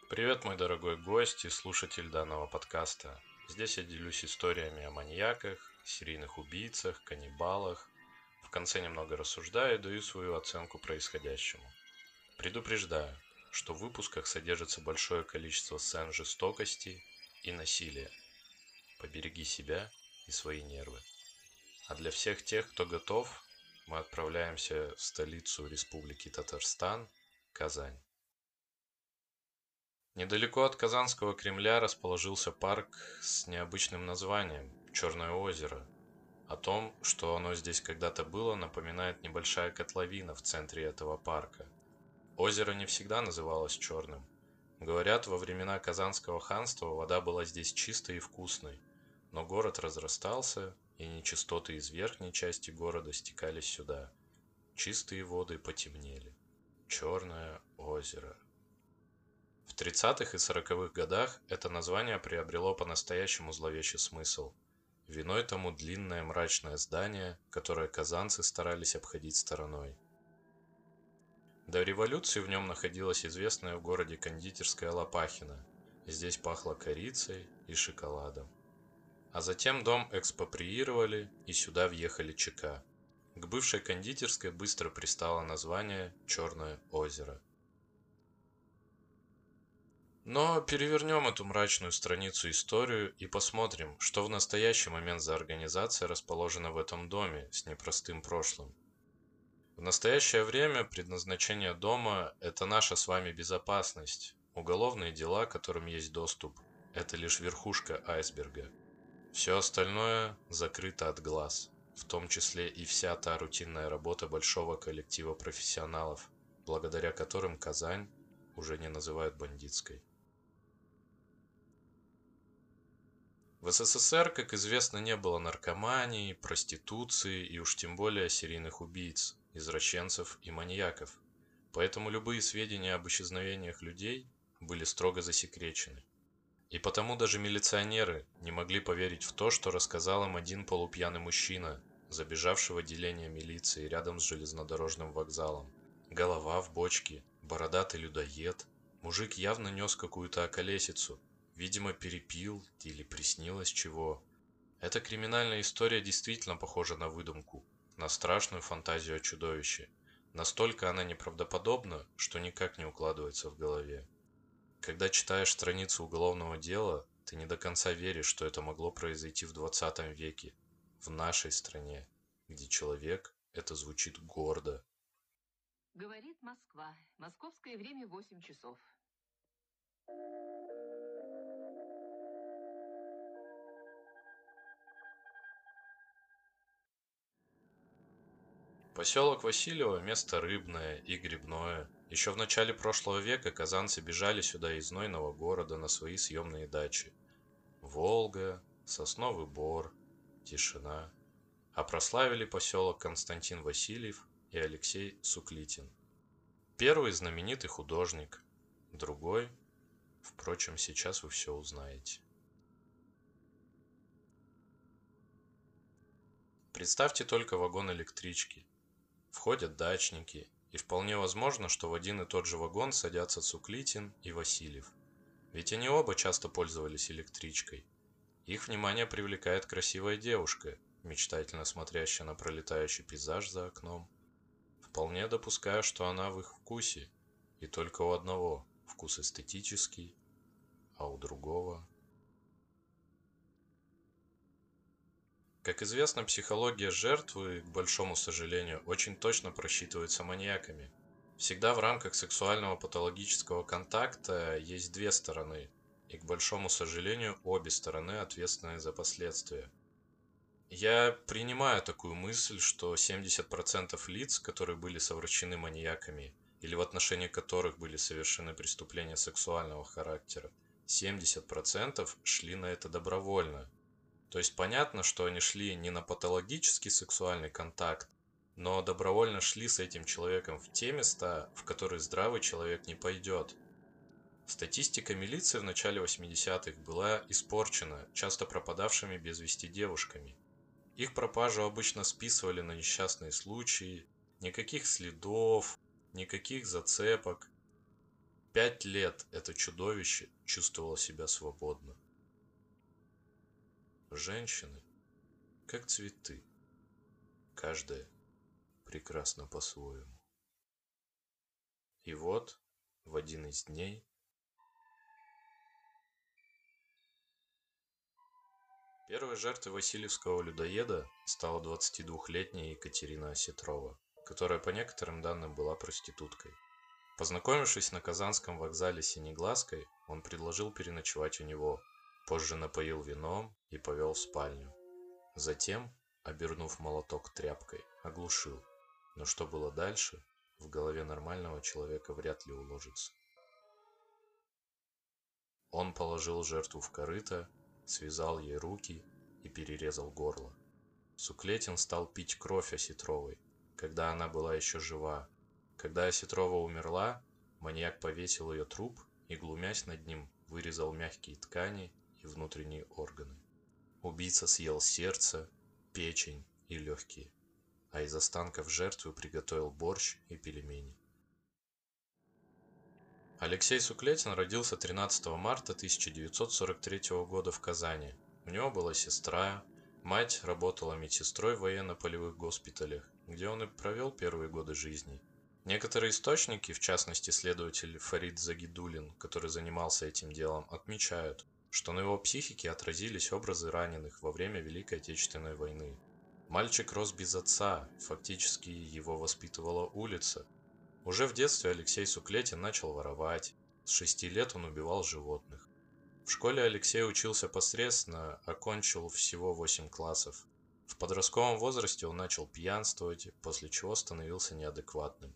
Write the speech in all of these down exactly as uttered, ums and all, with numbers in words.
Привет, мой дорогой гость и слушатель данного подкаста. Здесь я делюсь историями о маньяках, серийных убийцах, каннибалах. В конце немного рассуждаю и даю свою оценку происходящему. Предупреждаю, что в выпусках содержится большое количество сцен жестокости и насилия. Побереги себя и свои нервы. А для всех тех, кто готов, мы отправляемся в столицу Республики Татарстан, Казань. Недалеко от Казанского Кремля расположился парк с необычным названием «Черное озеро». О том, что оно здесь когда-то было, напоминает небольшая котловина в центре этого парка. Озеро не всегда называлось черным. Говорят, во времена Казанского ханства вода была здесь чистой и вкусной, но город разрастался, и нечистоты из верхней части города стекались сюда. Чистые воды потемнели. Черное озеро. В тридцатых и сороковых годах это название приобрело по-настоящему зловещий смысл. Виной тому длинное мрачное здание, которое казанцы старались обходить стороной. До революции в нем находилась известная в городе кондитерская Лопахина. Здесь пахло корицей и шоколадом. А затем дом экспроприировали, и сюда въехали ЧК. К бывшей кондитерской быстро пристало название «Черное озеро». Но перевернем эту мрачную страницу историю и посмотрим, что в настоящий момент за организация расположена в этом доме с непростым прошлым. В настоящее время предназначение дома – это наша с вами безопасность. Уголовные дела, к которым есть доступ – это лишь верхушка айсберга. Все остальное закрыто от глаз, в том числе и вся та рутинная работа большого коллектива профессионалов, благодаря которым Казань уже не называют бандитской. В СССР, как известно, не было наркомании, проституции и уж тем более серийных убийц, извращенцев и маньяков. Поэтому любые сведения об исчезновениях людей были строго засекречены. И потому даже милиционеры не могли поверить в то, что рассказал им один полупьяный мужчина, забежавший в отделение милиции рядом с железнодорожным вокзалом. Голова в бочке, бородатый людоед. Мужик явно нес какую-то околесицу. Видимо, перепил или приснилось чего. Эта криминальная история действительно похожа на выдумку, на страшную фантазию о чудовище. Настолько она неправдоподобна, что никак не укладывается в голове. Когда читаешь страницу уголовного дела, ты не до конца веришь, что это могло произойти в двадцатом веке, в нашей стране, где человек это звучит гордо. Говорит Москва. Московское время восемь часов. Поселок Васильево – место рыбное и грибное. Еще в начале прошлого века казанцы бежали сюда из знойного города на свои съемные дачи. Волга, Сосновый Бор, тишина. А прославили поселок Константин Васильев и Алексей Суклитин. Первый знаменитый художник, другой, впрочем, сейчас вы все узнаете. Представьте только вагон электрички. Входят дачники, и вполне возможно, что в один и тот же вагон садятся Цуклитин и Васильев. Ведь они оба часто пользовались электричкой. Их внимание привлекает красивая девушка, мечтательно смотрящая на пролетающий пейзаж за окном. Вполне допускаю, что она в их вкусе, и только у одного вкус эстетический, а у другого... Как известно, психология жертвы, к большому сожалению, очень точно просчитывается маньяками. Всегда в рамках сексуального патологического контакта есть две стороны, и, к большому сожалению, обе стороны ответственны за последствия. Я принимаю такую мысль, что семьдесят процентов лиц, которые были совращены маньяками, или в отношении которых были совершены преступления сексуального характера, семьдесят процентов шли на это добровольно. То есть понятно, что они шли не на патологический сексуальный контакт, но добровольно шли с этим человеком в те места, в которые здравый человек не пойдет. Статистика милиции в начале восьмидесятых была испорчена часто пропадавшими без вести девушками. Их пропажу обычно списывали на несчастные случаи, никаких следов, никаких зацепок. Пять лет это чудовище чувствовало себя свободно. Женщины, как цветы, каждая прекрасна по-своему. И вот, в один из дней, первой жертвой васильевского людоеда стала двадцатидвухлетняя Екатерина Осетрова, которая по некоторым данным была проституткой. Познакомившись на Казанском вокзале с Синеглазкой, он предложил переночевать у него, позже напоил вином и повел в спальню. Затем, обернув молоток тряпкой, оглушил. Но что было дальше, в голове нормального человека вряд ли уложится. Он положил жертву в корыто, связал ей руки и перерезал горло. Суклетин стал пить кровь Осетровой, когда она была еще жива. Когда Осетрова умерла, маньяк повесил ее труп и, глумясь над ним, вырезал мягкие ткани и внутренние органы. Убийца съел сердце, печень и легкие, а из останков жертвы приготовил борщ и пельмени. Алексей Суклетин родился тринадцатого марта тысяча девятьсот сорок третьего года в Казани. У него была сестра, мать работала медсестрой в военно-полевых госпиталях, где он и провел первые годы жизни. Некоторые источники, в частности следователь Фарид Загидуллин, который занимался этим делом, отмечают, что на его психике отразились образы раненых во время Великой Отечественной войны. Мальчик рос без отца, фактически его воспитывала улица. Уже в детстве Алексей Суклетин начал воровать, с шести лет он убивал животных. В школе Алексей учился посредственно, окончил всего восемь классов. В подростковом возрасте он начал пьянствовать, после чего становился неадекватным.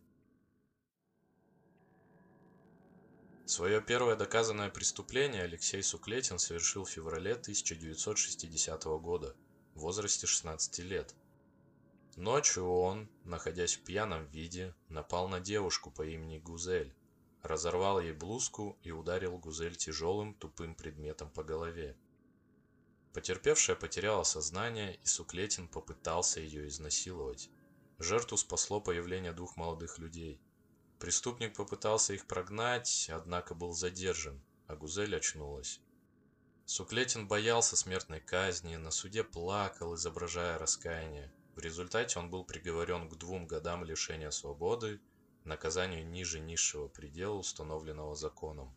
Свое первое доказанное преступление Алексей Суклетин совершил в феврале тысяча девятьсот шестидесятого года, в возрасте шестнадцати лет. Ночью он, находясь в пьяном виде, напал на девушку по имени Гузель, разорвал ей блузку и ударил Гузель тяжелым тупым предметом по голове. Потерпевшая потеряла сознание, и Суклетин попытался ее изнасиловать. Жертву спасло появление двух молодых людей. Преступник попытался их прогнать, однако был задержан, а Гузель очнулась. Суклетин боялся смертной казни, на суде плакал, изображая раскаяние. В результате он был приговорен к двум годам лишения свободы, наказанию ниже низшего предела, установленного законом.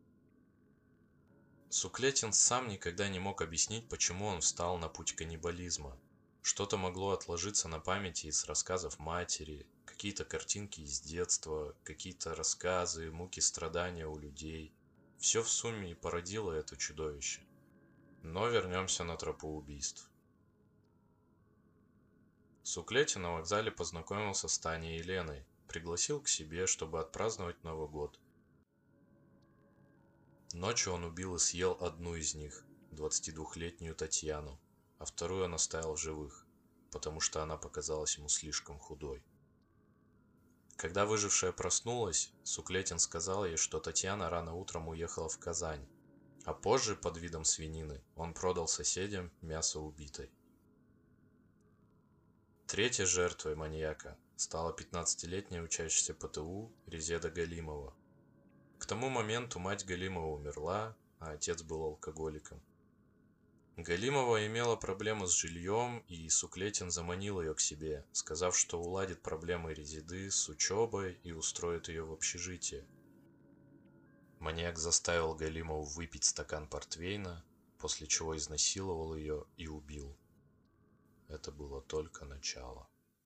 Суклетин сам никогда не мог объяснить, почему он встал на путь каннибализма. Что-то могло отложиться на памяти из рассказов матери, какие-то картинки из детства, какие-то рассказы, муки страдания у людей. Все в сумме и породило это чудовище. Но вернемся на тропу убийств. Суклетин на вокзале познакомился с Таней и Леной, пригласил к себе, чтобы отпраздновать Новый год. Ночью он убил и съел одну из них, двадцатидвухлетнюю Татьяну, а вторую он оставил в живых, потому что она показалась ему слишком худой. Когда выжившая проснулась, Суклетин сказал ей, что Татьяна рано утром уехала в Казань, а позже, под видом свинины, он продал соседям мясо убитой. Третьей жертвой маньяка стала пятнадцатилетняя учащаяся ПТУ Резеда Галимова. К тому моменту мать Галимова умерла, а отец был алкоголиком. Галимова имела проблемы с жильем, и Суклетин заманил ее к себе, сказав, что уладит проблемы Резеды с учебой и устроит ее в общежитие. Маньяк заставил Галимову выпить стакан портвейна, после чего изнасиловал ее и убил. Это было только начало.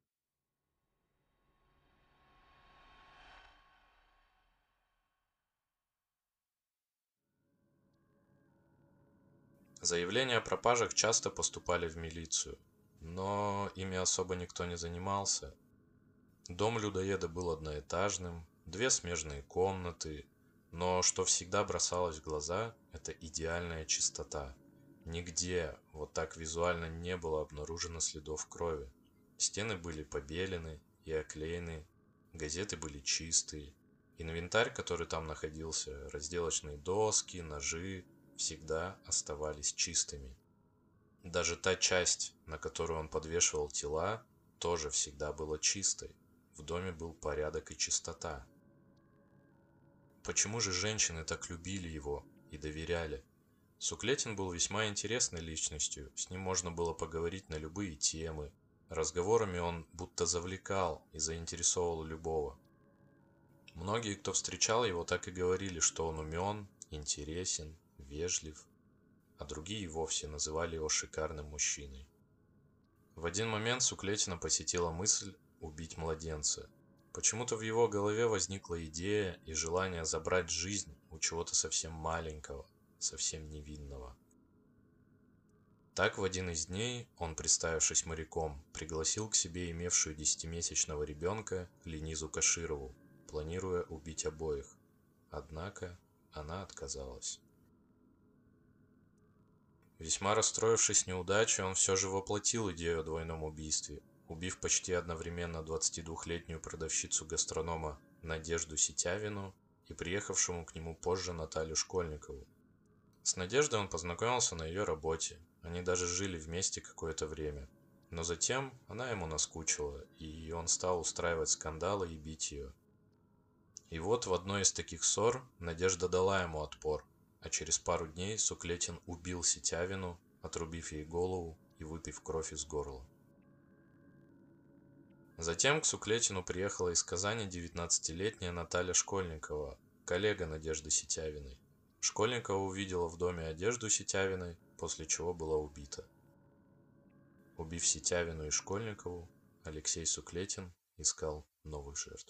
Заявления о пропажах часто поступали в милицию, но ими особо никто не занимался. Дом людоеда был одноэтажным, две смежные комнаты, но что всегда бросалось в глаза, это идеальная чистота. Нигде вот так визуально не было обнаружено следов крови. Стены были побелены и оклеены, газеты были чистые. Инвентарь, который там находился, разделочные доски, ножи, всегда оставались чистыми. Даже та часть, на которую он подвешивал тела, тоже всегда была чистой. В доме был порядок и чистота. почему же женщины так любили его и доверяли? Суклетин был весьма интересной личностью, с ним можно было поговорить на любые темы. Разговорами он будто завлекал и заинтересовывал любого. Многие, кто встречал его, так и говорили, что он умен, интересен, вежлив, а другие и вовсе называли его шикарным мужчиной. В один момент Суклетина посетила мысль убить младенца. Почему-то в его голове возникла идея и желание забрать жизнь у чего-то совсем маленького, совсем невинного. Так в один из дней он, представившись моряком, пригласил к себе имевшую десятимесячного ребенка Ленизу Каширову, планируя убить обоих. Однако она отказалась. Весьма расстроившись неудачей, он все же воплотил идею о двойном убийстве, убив почти одновременно двадцатидвухлетнюю продавщицу гастронома Надежду Ситявину и приехавшему к нему позже Наталью Школьникову. С Надеждой он познакомился на ее работе, они даже жили вместе какое-то время. Но затем она ему наскучила, и он стал устраивать скандалы и бить ее. И вот в одной из таких ссор Надежда дала ему отпор, а через пару дней Суклетин убил Ситявину, отрубив ей голову и выпив кровь из горла. Затем к Суклетину приехала из Казани девятнадцатилетняя Наталья Школьникова, коллега Надежды Ситявиной. Школьникова увидела в доме одежду Ситявиной, после чего была убита. Убив Ситявину и Школьникову, Алексей Суклетин искал новых жертв.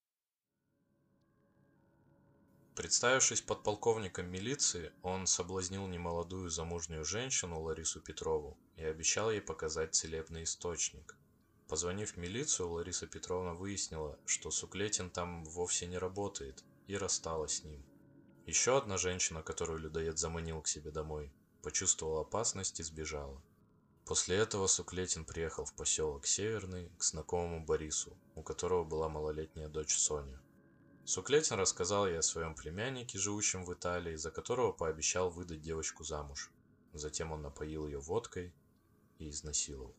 Представившись подполковником милиции, он соблазнил немолодую замужнюю женщину Ларису Петрову и обещал ей показать целебный источник. Позвонив в милицию, Лариса Петровна выяснила, что Суклетин там вовсе не работает, и рассталась с ним. Еще одна женщина, которую людоед заманил к себе домой, почувствовала опасность и сбежала. После этого Суклетин приехал в поселок Северный к знакомому Борису, у которого была малолетняя дочь Соня. Суклетин рассказал ей о своем племяннике, живущем в Италии, за которого пообещал выдать девочку замуж. Затем он напоил ее водкой и изнасиловал.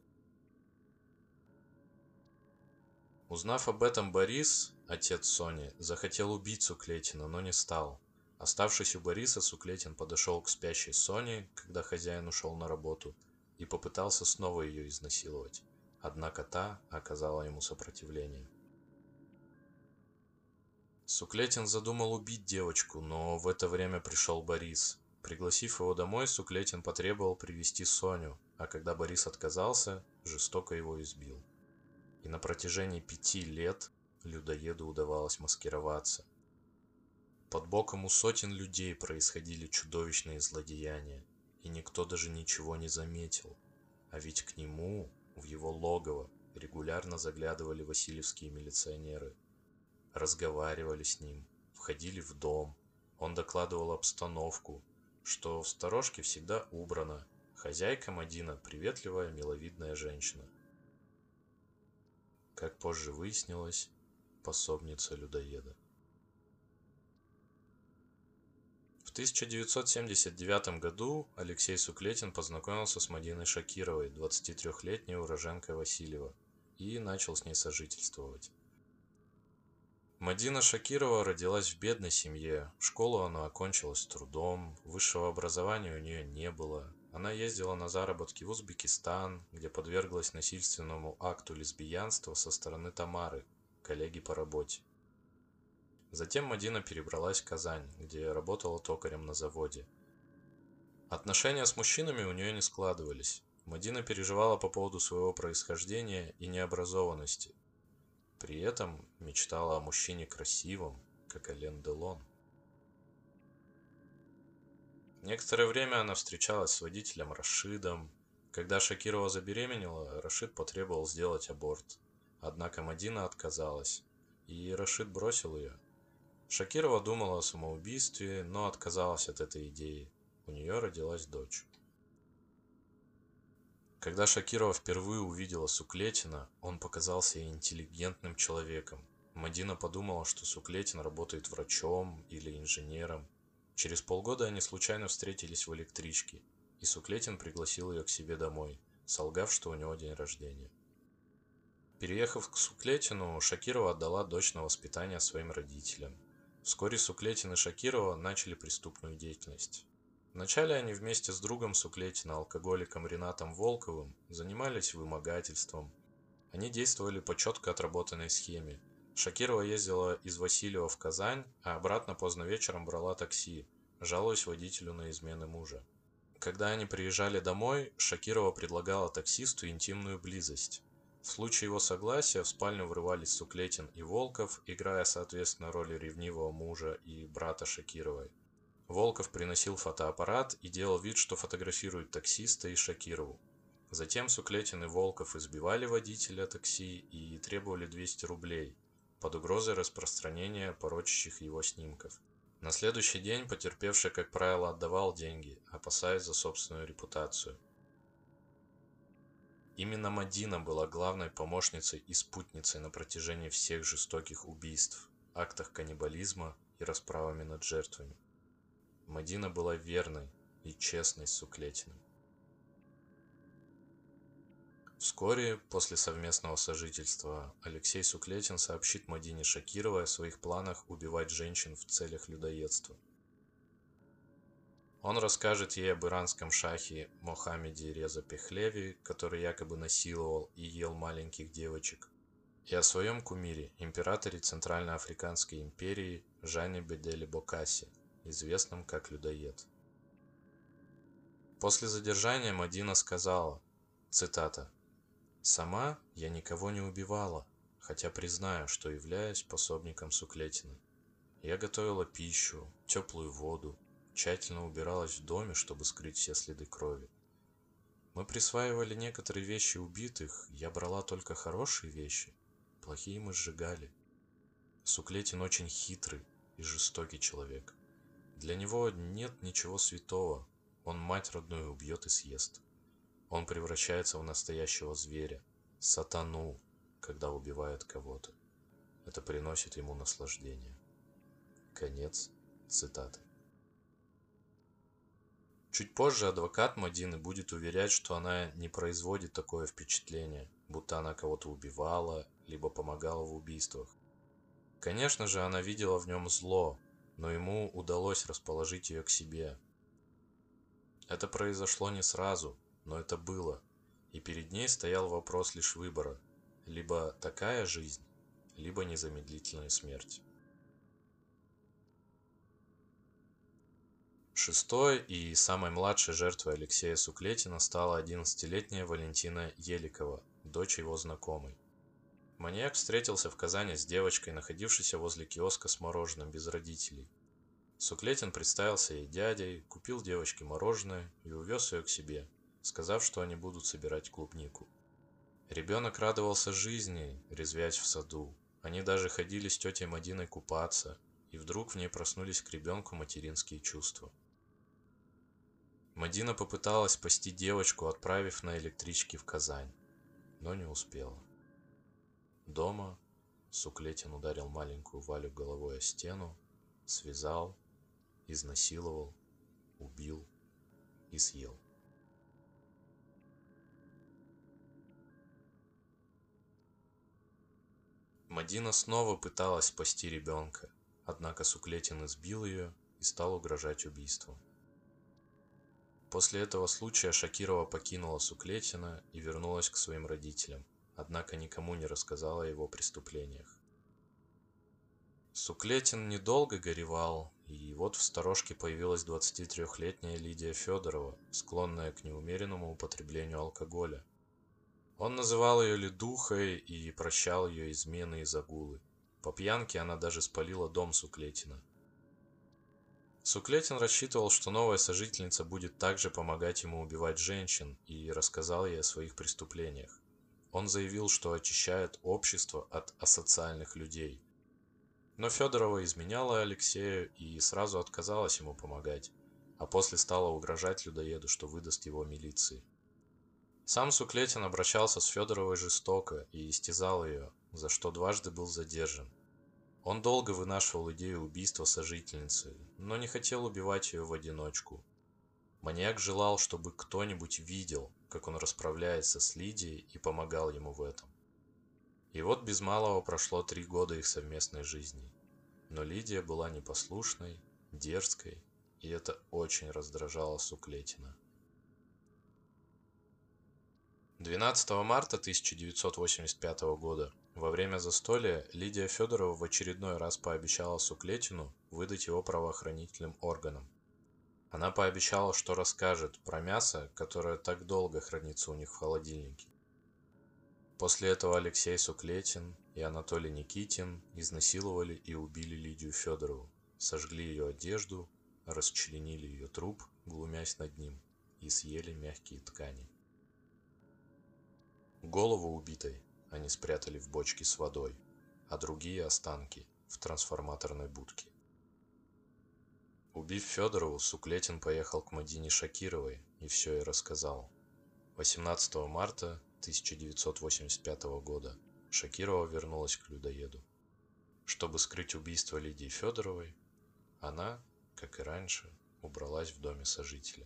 Узнав об этом, Борис, отец Сони, захотел убить Суклетина, но не стал. Оставшись у Бориса, Суклетин подошел к спящей Соне, когда хозяин ушел на работу, и попытался снова ее изнасиловать. Однако та оказала ему сопротивление. Суклетин задумал убить девочку, но в это время пришел Борис. Пригласив его домой, Суклетин потребовал привести Соню, а когда Борис отказался, жестоко его избил. И на протяжении пяти лет людоеду удавалось маскироваться. Под боком у сотен людей происходили чудовищные злодеяния, и никто даже ничего не заметил. А ведь к нему, в его логово, регулярно заглядывали васильевские милиционеры. Разговаривали с ним, входили в дом, он докладывал обстановку, что в сторожке всегда убрано, хозяйка Мадина приветливая, миловидная женщина. Как позже выяснилось, пособница людоеда. В тысяча девятьсот семьдесят девятом году Алексей Суклетин познакомился с Мадиной Шакировой, двадцатитрёхлетней уроженкой Васильева, и начал с ней сожительствовать. Мадина Шакирова родилась в бедной семье, школу она окончила с трудом, высшего образования у нее не было. Она ездила на заработки в Узбекистан, где подверглась насильственному акту лесбиянства со стороны Тамары, коллеги по работе. Затем Мадина перебралась в Казань, где работала токарем на заводе. Отношения с мужчинами у нее не складывались. Мадина переживала по поводу своего происхождения и необразованности. При этом мечтала о мужчине красивом, как Ален Делон. Некоторое время она встречалась с водителем Рашидом. Когда Шакирова забеременела, Рашид потребовал сделать аборт. Однако Мадина отказалась, и Рашид бросил ее. Шакирова думала о самоубийстве, но отказалась от этой идеи. У нее родилась дочь. Когда Шакирова впервые увидела Суклетина, он показался ей интеллигентным человеком. Мадина подумала, что Суклетин работает врачом или инженером. Через полгода они случайно встретились в электричке, и Суклетин пригласил ее к себе домой, солгав, что у него день рождения. Переехав к Суклетину, Шакирова отдала дочь на воспитание своим родителям. Вскоре Суклетин и Шакирова начали преступную деятельность. Вначале они вместе с другом Суклетина, алкоголиком Ринатом Волковым, занимались вымогательством. Они действовали по четко отработанной схеме. Шакирова ездила из Васильева в Казань, а обратно поздно вечером брала такси, жалуясь водителю на измены мужа. Когда они приезжали домой, Шакирова предлагала таксисту интимную близость. В случае его согласия в спальню врывались Суклетин и Волков, играя соответственно роли ревнивого мужа и брата Шакировой. Волков приносил фотоаппарат и делал вид, что фотографирует таксиста и Шакирову. Затем Суклетин и Волков избивали водителя такси и требовали двести рублей под угрозой распространения порочащих его снимков. На следующий день потерпевший, как правило, отдавал деньги, опасаясь за собственную репутацию. Именно Мадина была главной помощницей и спутницей на протяжении всех жестоких убийств, актах каннибализма и расправами над жертвами. Мадина была верной и честной с Суклетиным. Вскоре, после совместного сожительства, Алексей Суклетин сообщит Мадине Шакировой о своих планах убивать женщин в целях людоедства. Он расскажет ей об иранском шахе Мохаммеде Реза Пехлеви, который якобы насиловал и ел маленьких девочек, и о своем кумире, императоре Центральноафриканской империи Жане Беделе Бокассе, известном как людоед. После задержания Мадина сказала, цитата, «Сама я никого не убивала, хотя признаю, что являюсь пособником Суклетина. Я готовила пищу, теплую воду, тщательно убиралась в доме, чтобы скрыть все следы крови. Мы присваивали некоторые вещи убитых, я брала только хорошие вещи, плохие мы сжигали. Суклетин очень хитрый и жестокий человек. Для него нет ничего святого, он мать родную убьет и съест. Он превращается в настоящего зверя, сатану, когда убивает кого-то. Это приносит ему наслаждение». Конец цитаты. Чуть позже адвокат Мадины будет уверять, что она не производит такое впечатление, будто она кого-то убивала, либо помогала в убийствах. Конечно же, она видела в нем зло, но ему удалось расположить ее к себе. Это произошло не сразу, но это было, и перед ней стоял вопрос лишь выбора: либо такая жизнь, либо незамедлительная смерть. Шестой и самой младшей жертвой Алексея Суклетина стала одиннадцатилетняя Валентина Еликова, дочь его знакомой. Маньяк встретился в Казани с девочкой, находившейся возле киоска с мороженым без родителей. Суклетин представился ей дядей, купил девочке мороженое и увез ее к себе, сказав, что они будут собирать клубнику. Ребенок радовался жизни, резвясь в саду. Они даже ходили с тетей Мадиной купаться, и вдруг в ней проснулись к ребенку материнские чувства. Мадина попыталась спасти девочку, отправив на электричке в Казань, но не успела. Дома Суклетин ударил маленькую Валю головой о стену, связал, изнасиловал, убил и съел. Мадина снова пыталась спасти ребенка, однако Суклетин избил ее и стал угрожать убийством. После этого случая Шакирова покинула Суклетина и вернулась к своим родителям, однако никому не рассказала о его преступлениях. Суклетин недолго горевал, и вот в сторожке появилась двадцатитрёхлетняя Лидия Федорова, склонная к неумеренному употреблению алкоголя. Он называл ее ледухой и прощал ее измены и загулы. По пьянке она даже спалила дом Суклетина. Суклетин рассчитывал, что новая сожительница будет также помогать ему убивать женщин, и рассказал ей о своих преступлениях. Он заявил, что очищает общество от асоциальных людей. Но Федорова изменяла Алексею и сразу отказалась ему помогать, а после стала угрожать людоеду, что выдаст его милиции. Сам Суклетин обращался с Федоровой жестоко и истязал ее, за что дважды был задержан. Он долго вынашивал идею убийства сожительницы, но не хотел убивать ее в одиночку. Маньяк желал, чтобы кто-нибудь видел, как он расправляется с Лидией, и помогал ему в этом. И вот без малого прошло три года их совместной жизни. Но Лидия была непослушной, дерзкой, и это очень раздражало Суклетина. двенадцатого марта тысяча девятьсот восемьдесят пятого года во время застолья Лидия Федорова в очередной раз пообещала Суклетину выдать его правоохранительным органам. Она пообещала, что расскажет про мясо, которое так долго хранится у них в холодильнике. После этого Алексей Суклетин и Анатолий Никитин изнасиловали и убили Лидию Федорову, сожгли ее одежду, расчленили ее труп, глумясь над ним, и съели мягкие ткани. Голову убитой они спрятали в бочке с водой, а другие останки в трансформаторной будке. Убив Федорову, Суклетин поехал к Мадине Шакировой и все ей рассказал. восемнадцатого марта тысяча девятьсот восемьдесят пятого года Шакирова вернулась к людоеду. Чтобы скрыть убийство Лидии Федоровой, она, как и раньше, убралась в доме сожителя.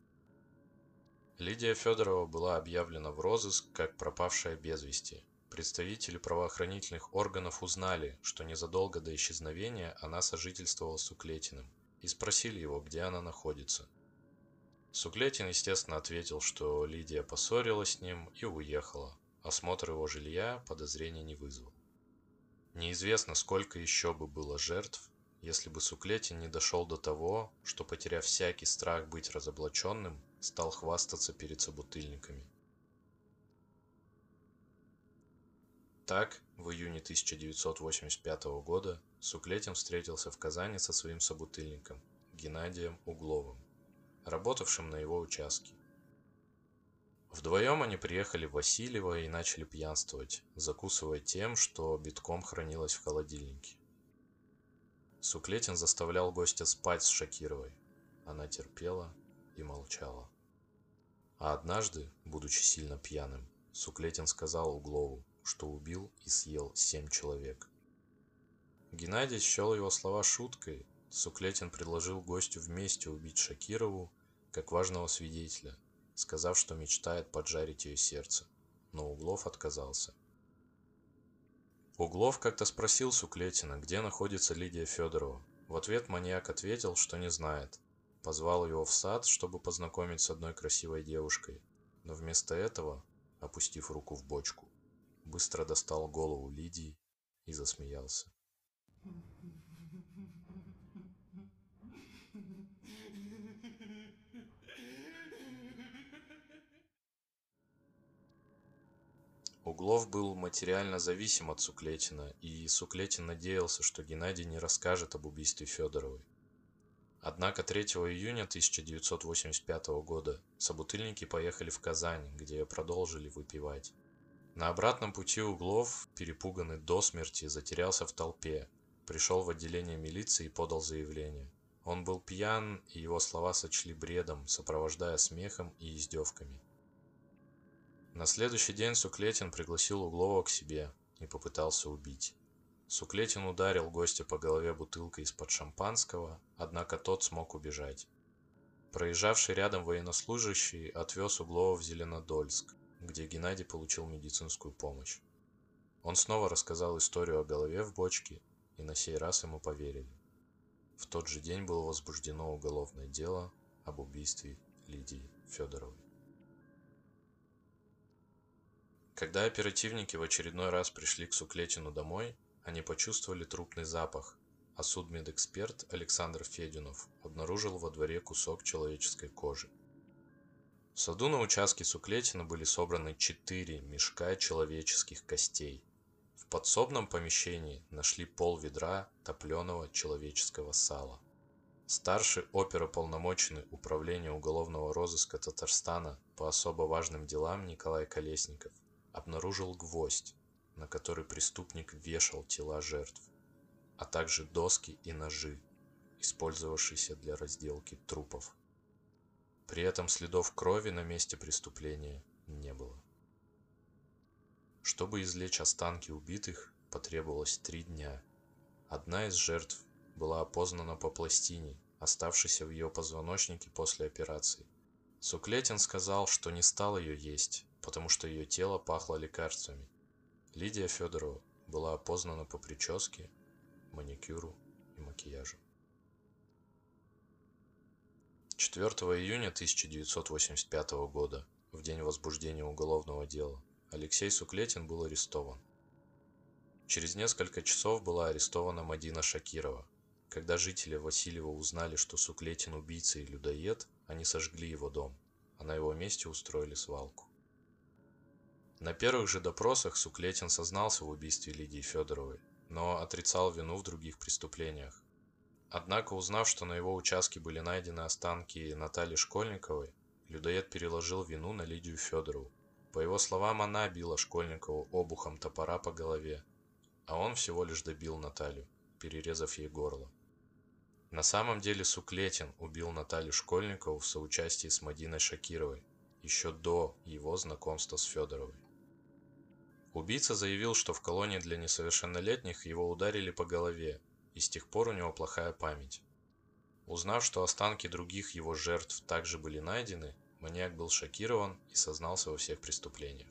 Лидия Федорова была объявлена в розыск как пропавшая без вести. Представители правоохранительных органов узнали, что незадолго до исчезновения она сожительствовала с Суклетиным, и спросили его, где она находится. Суклетин, естественно, ответил, что Лидия поссорилась с ним и уехала. Осмотр его жилья подозрений не вызвал. Неизвестно, сколько еще бы было жертв, если бы Суклетин не дошел до того, что, потеряв всякий страх быть разоблаченным, стал хвастаться перед собутыльниками. Так, в июне тысяча девятьсот восемьдесят пятого года Суклетин встретился в Казани со своим собутыльником Геннадием Угловым, работавшим на его участке. Вдвоем они приехали в Васильево и начали пьянствовать, закусывая тем, что битком хранилось в холодильнике. Суклетин заставлял гостя спать с Шакировой. Она терпела и молчала. А однажды, будучи сильно пьяным, Суклетин сказал Углову, что убил и съел семь человек. Геннадий счел его слова шуткой. Суклетин предложил гостю вместе убить Шакирову как важного свидетеля, сказав, что мечтает поджарить ее сердце, но Углов отказался. Углов как-то спросил Суклетина, где находится Лидия Федорова. В ответ маньяк ответил, что не знает. Позвал его в сад, чтобы познакомить с одной красивой девушкой, но вместо этого, опустив руку в бочку, быстро достал голову Лидии и засмеялся. Углов был материально зависим от Суклетина, и Суклетин надеялся, что Геннадий не расскажет об убийстве Федоровой. Однако третьего июня тысяча девятьсот восемьдесят пятого года собутыльники поехали в Казань, где продолжили выпивать. На обратном пути Углов, перепуганный до смерти, затерялся в толпе, пришел в отделение милиции и подал заявление. Он был пьян, и его слова сочли бредом, сопровождая смехом и издевками. На следующий день Суклетин пригласил Углова к себе и попытался убить. Суклетин ударил гостя по голове бутылкой из-под шампанского, однако тот смог убежать. Проезжавший рядом военнослужащий отвез Углова в Зеленодольск, где Геннадий получил медицинскую помощь. Он снова рассказал историю о голове в бочке, и на сей раз ему поверили. В тот же день было возбуждено уголовное дело об убийстве Лидии Федоровой. Когда оперативники в очередной раз пришли к Суклетину домой, они почувствовали трупный запах, а судмедэксперт Александр Федюнов обнаружил во дворе кусок человеческой кожи. В саду на участке Суклетина были собраны четыре мешка человеческих костей. В подсобном помещении нашли полведра топленого человеческого сала. Старший оперуполномоченный Управления уголовного розыска Татарстана по особо важным делам Николай Колесников обнаружил гвоздь, на который преступник вешал тела жертв, а также доски и ножи, использовавшиеся для разделки трупов. При этом следов крови на месте преступления не было. Чтобы извлечь останки убитых, потребовалось три дня. Одна из жертв была опознана по пластине, оставшейся в ее позвоночнике после операции. Суклетин сказал, что не стал ее есть, потому что ее тело пахло лекарствами. Лидия Федорова была опознана по прическе, маникюру и макияжу. четвёртого июня тысяча девятьсот восемьдесят пятого года, в день возбуждения уголовного дела, Алексей Суклетин был арестован. Через несколько часов была арестована Мадина Шакирова. Когда жители Васильева узнали, что Суклетин убийца и людоед, они сожгли его дом, а на его месте устроили свалку. На первых же допросах Суклетин сознался в убийстве Лидии Федоровой, но отрицал вину в других преступлениях. Однако, узнав, что на его участке были найдены останки Натальи Школьниковой, людоед переложил вину на Лидию Федорову. По его словам, она била Школьникову обухом топора по голове, а он всего лишь добил Наталью, перерезав ей горло. На самом деле Суклетин убил Наталью Школьникову в соучастии с Мадиной Шакировой, еще до его знакомства с Федоровой. Убийца заявил, что в колонии для несовершеннолетних его ударили по голове, и с тех пор у него плохая память. Узнав, что останки других его жертв также были найдены, маньяк был шокирован и сознался во всех преступлениях.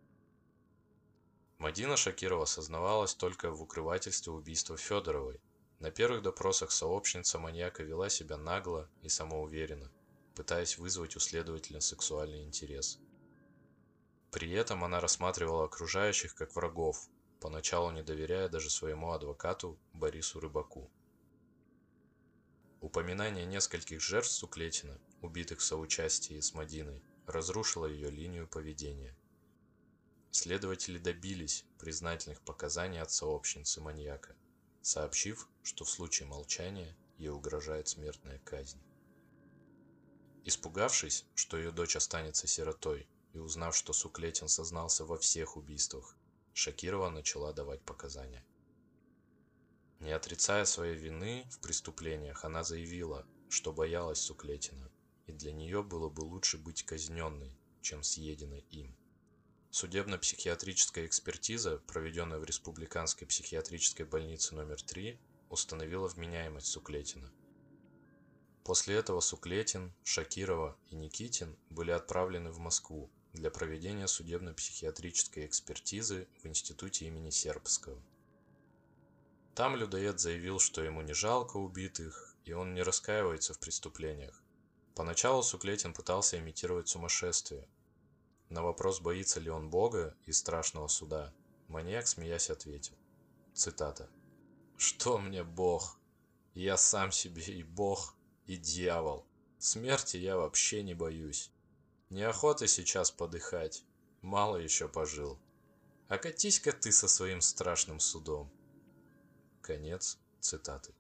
Мадина Шакирова сознавалась только в укрывательстве убийства Федоровой. На первых допросах сообщница маньяка вела себя нагло и самоуверенно, пытаясь вызвать у следователя сексуальный интерес. При этом она рассматривала окружающих как врагов, поначалу не доверяя даже своему адвокату Борису Рыбаку. Упоминание нескольких жертв Суклетина, убитых в соучастии с Мадиной, разрушило ее линию поведения. Следователи добились признательных показаний от сообщницы маньяка, сообщив, что в случае молчания ей угрожает смертная казнь. Испугавшись, что ее дочь останется сиротой, и узнав, что Суклетин сознался во всех убийствах, Шакирова начала давать показания. Не отрицая своей вины в преступлениях, она заявила, что боялась Суклетина, и для нее было бы лучше быть казненной, чем съеденной им. Судебно-психиатрическая экспертиза, проведенная в Республиканской психиатрической больнице номер три, установила вменяемость Суклетина. После этого Суклетин, Шакирова и Никитин были отправлены в Москву для проведения судебно-психиатрической экспертизы в институте имени Сербского. Там людоед заявил, что ему не жалко убитых, и он не раскаивается в преступлениях. Поначалу Суклетин пытался имитировать сумасшествие. На вопрос, боится ли он Бога и страшного суда, маньяк, смеясь, ответил, цитата: «Что мне Бог? Я сам себе и Бог, и дьявол. Смерти я вообще не боюсь. Неохота сейчас подыхать, мало еще пожил. А катись-ка ты со своим страшным судом». Конец цитаты.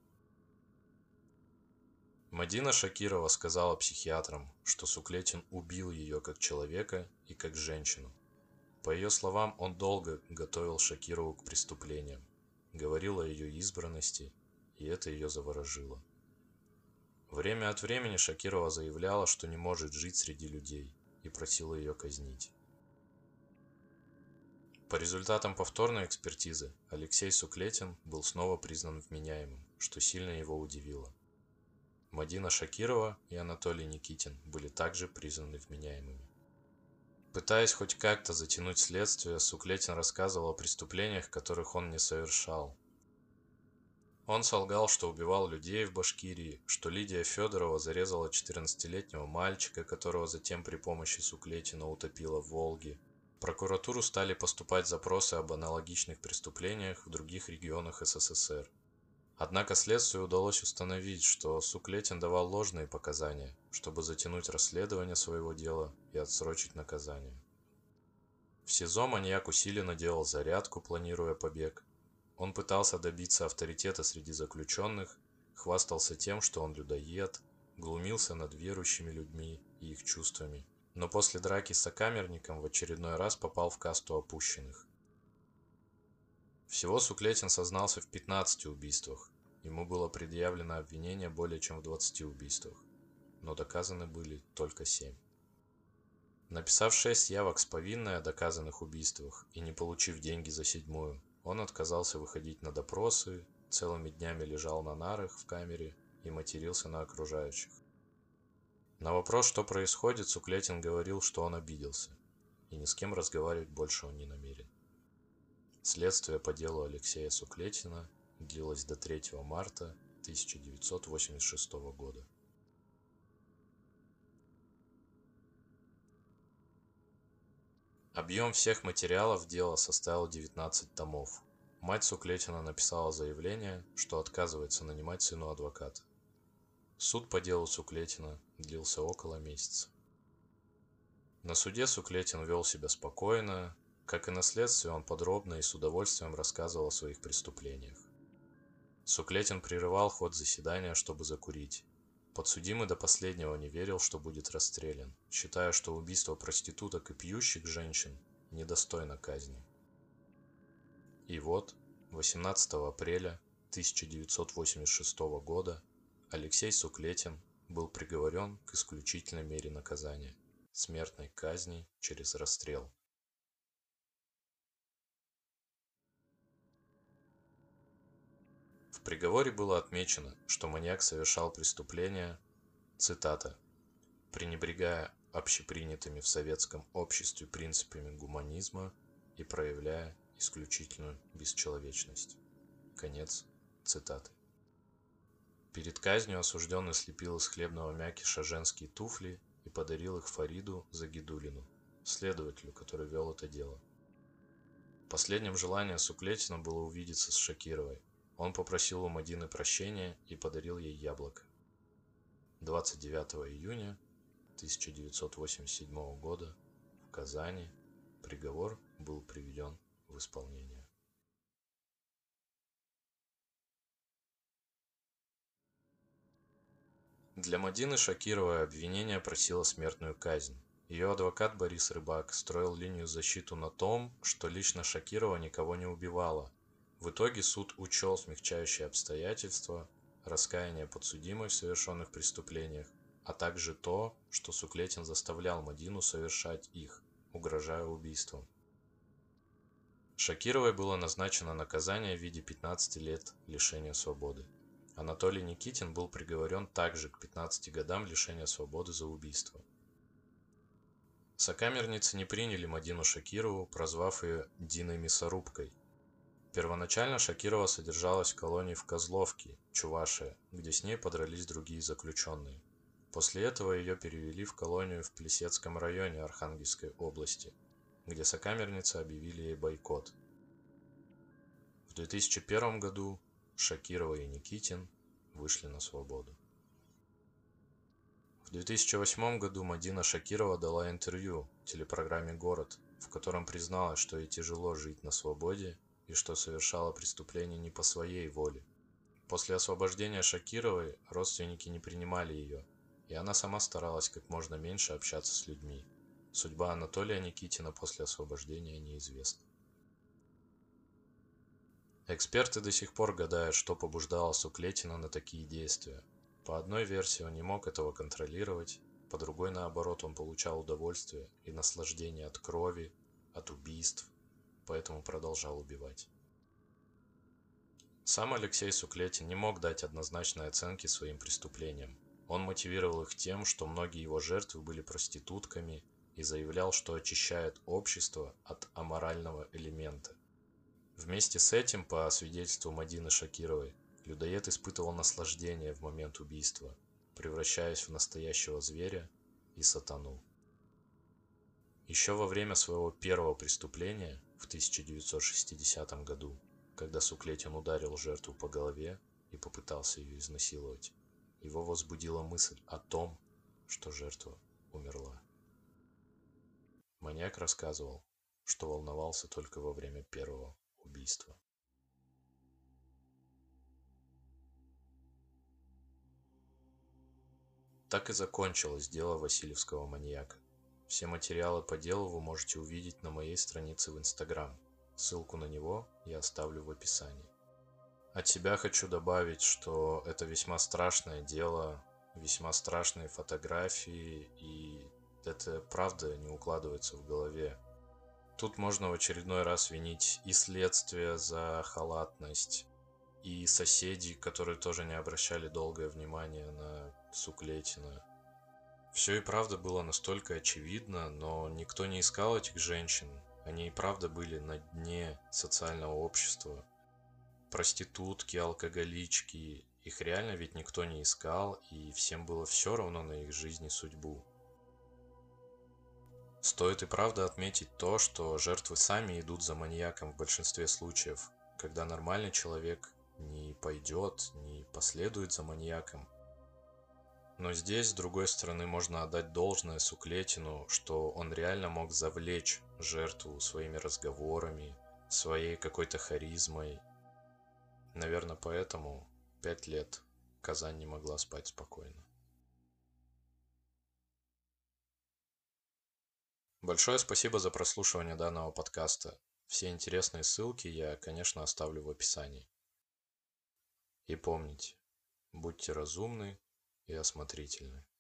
Мадина Шакирова сказала психиатрам, что Суклетин убил ее как человека и как женщину. По ее словам, он долго готовил Шакирову к преступлениям, говорил о ее избранности, и это ее заворожило. Время от времени Шакирова заявляла, что не может жить среди людей, и просила ее казнить. По результатам повторной экспертизы Алексей Суклетин был снова признан вменяемым, что сильно его удивило. Мадина Шакирова и Анатолий Никитин были также признаны вменяемыми. Пытаясь хоть как-то затянуть следствие, Суклетин рассказывал о преступлениях, которых он не совершал. Он солгал, что убивал людей в Башкирии, что Лидия Федорова зарезала четырнадцатилетнего мальчика, которого затем при помощи Суклетина утопила в Волге. В прокуратуру стали поступать запросы об аналогичных преступлениях в других регионах СССР. Однако следствию удалось установить, что Суклетин давал ложные показания, чтобы затянуть расследование своего дела и отсрочить наказание. В СИЗО маньяк усиленно делал зарядку, планируя побег. Он пытался добиться авторитета среди заключенных, хвастался тем, что он людоед, глумился над верующими людьми и их чувствами, но после драки с сокамерником в очередной раз попал в касту опущенных. Всего Суклетин сознался в пятнадцати убийствах. Ему было предъявлено обвинение более чем в двадцати убийствах, но доказаны были только семь. Написав шесть явок с повинной о доказанных убийствах и не получив деньги за седьмую, он отказался выходить на допросы, целыми днями лежал на нарах в камере и матерился на окружающих. На вопрос, что происходит, Суклетин говорил, что он обиделся, и ни с кем разговаривать больше он не намерен. Следствие по делу Алексея Суклетина длилось до третьего марта тысяча девятьсот восемьдесят шестого года. Объем всех материалов дела составил девятнадцать томов. Мать Суклетина написала заявление, что отказывается нанимать сыну адвоката. Суд по делу Суклетина длился около месяца. На суде Суклетин вел себя спокойно, как и на следствии он подробно и с удовольствием рассказывал о своих преступлениях. Суклетин прерывал ход заседания, чтобы закурить. Подсудимый до последнего не верил, что будет расстрелян, считая, что убийство проституток и пьющих женщин недостойно казни. И вот, восемнадцатого апреля тысяча девятьсот восемьдесят шестого года Алексей Суклетин был приговорен к исключительной мере наказания – смертной казни через расстрел. В приговоре было отмечено, что маньяк совершал преступление, цитата, «пренебрегая общепринятыми в советском обществе принципами гуманизма и проявляя исключительную бесчеловечность». Конец цитаты. Перед казнью осужденный слепил из хлебного мякиша женские туфли и подарил их Фариду Загидуллину, следователю, который вел это дело. Последним желанием Суклетина было увидеться с Шакировой. Он попросил у Мадины прощения и подарил ей яблоко. двадцать девятого июня тысяча девятьсот восемьдесят седьмого года в Казани приговор был приведен в исполнение. Для Мадины Шакировой обвинение просило смертную казнь. Ее адвокат Борис Рыбак строил линию защиты на том, что лично Шакирова никого не убивала. В итоге суд учел смягчающие обстоятельства, раскаяние подсудимой в совершенных преступлениях, а также то, что Суклетин заставлял Мадину совершать их, угрожая убийством. Шакировой было назначено наказание в виде пятнадцати лет лишения свободы. Анатолий Никитин был приговорен также к пятнадцати годам лишения свободы за убийство. Сокамерницы не приняли Мадину Шакирову, прозвав ее Диной Мясорубкой. Первоначально Шакирова содержалась в колонии в Козловке, Чувашия, где с ней подрались другие заключенные. После этого ее перевели в колонию в Плесецком районе Архангельской области, где сокамерницы объявили ей бойкот. В две тысячи первом году Шакирова и Никитин вышли на свободу. В две тысячи восьмом году Мадина Шакирова дала интервью телепрограмме «Город», в котором призналась, что ей тяжело жить на свободе и что совершала преступление не по своей воле. После освобождения Шакировой родственники не принимали ее, и она сама старалась как можно меньше общаться с людьми. Судьба Анатолия Никитина после освобождения неизвестна. Эксперты до сих пор гадают, что побуждало Суклетина на такие действия. По одной версии он не мог этого контролировать, по другой наоборот он получал удовольствие и наслаждение от крови, от убийств, поэтому продолжал убивать. Сам Алексей Суклетин не мог дать однозначной оценки своим преступлениям. Он мотивировал их тем, что многие его жертвы были проститутками, и заявлял, что очищает общество от аморального элемента. Вместе с этим, по свидетельству Мадины Шакировой, людоед испытывал наслаждение в момент убийства, превращаясь в настоящего зверя и сатану. Еще во время своего первого преступления в тысяча девятьсот шестидесятом году, когда Суклетин ударил жертву по голове и попытался ее изнасиловать, его возбудила мысль о том, что жертва умерла. Маньяк рассказывал, что волновался только во время первого убийства. Так и закончилось дело Васильевского маньяка. Все материалы по делу вы можете увидеть на моей странице в Инстаграм. Ссылку на него я оставлю в описании. От себя хочу добавить, что это весьма страшное дело, весьма страшные фотографии, и это правда не укладывается в голове. Тут можно в очередной раз винить и следствие за халатность, и соседей, которые тоже не обращали долгое внимание на Суклетина. Все и правда было настолько очевидно, но никто не искал этих женщин. Они и правда были на дне социального общества. Проститутки, алкоголички Их реально ведь никто не искал, и всем было все равно на их жизнь и судьбу. Стоит и правда отметить то, что жертвы сами идут за маньяком в большинстве случаев, когда нормальный человек не пойдет, не последует за маньяком. Но здесь, с другой стороны, можно отдать должное Суклетину, что он реально мог завлечь жертву своими разговорами, своей какой-то харизмой. Наверное, поэтому пять лет Казань не могла спать спокойно. Большое спасибо за прослушивание данного подкаста. Все интересные ссылки я, конечно, оставлю в описании. И помните, будьте разумны и осмотрительны.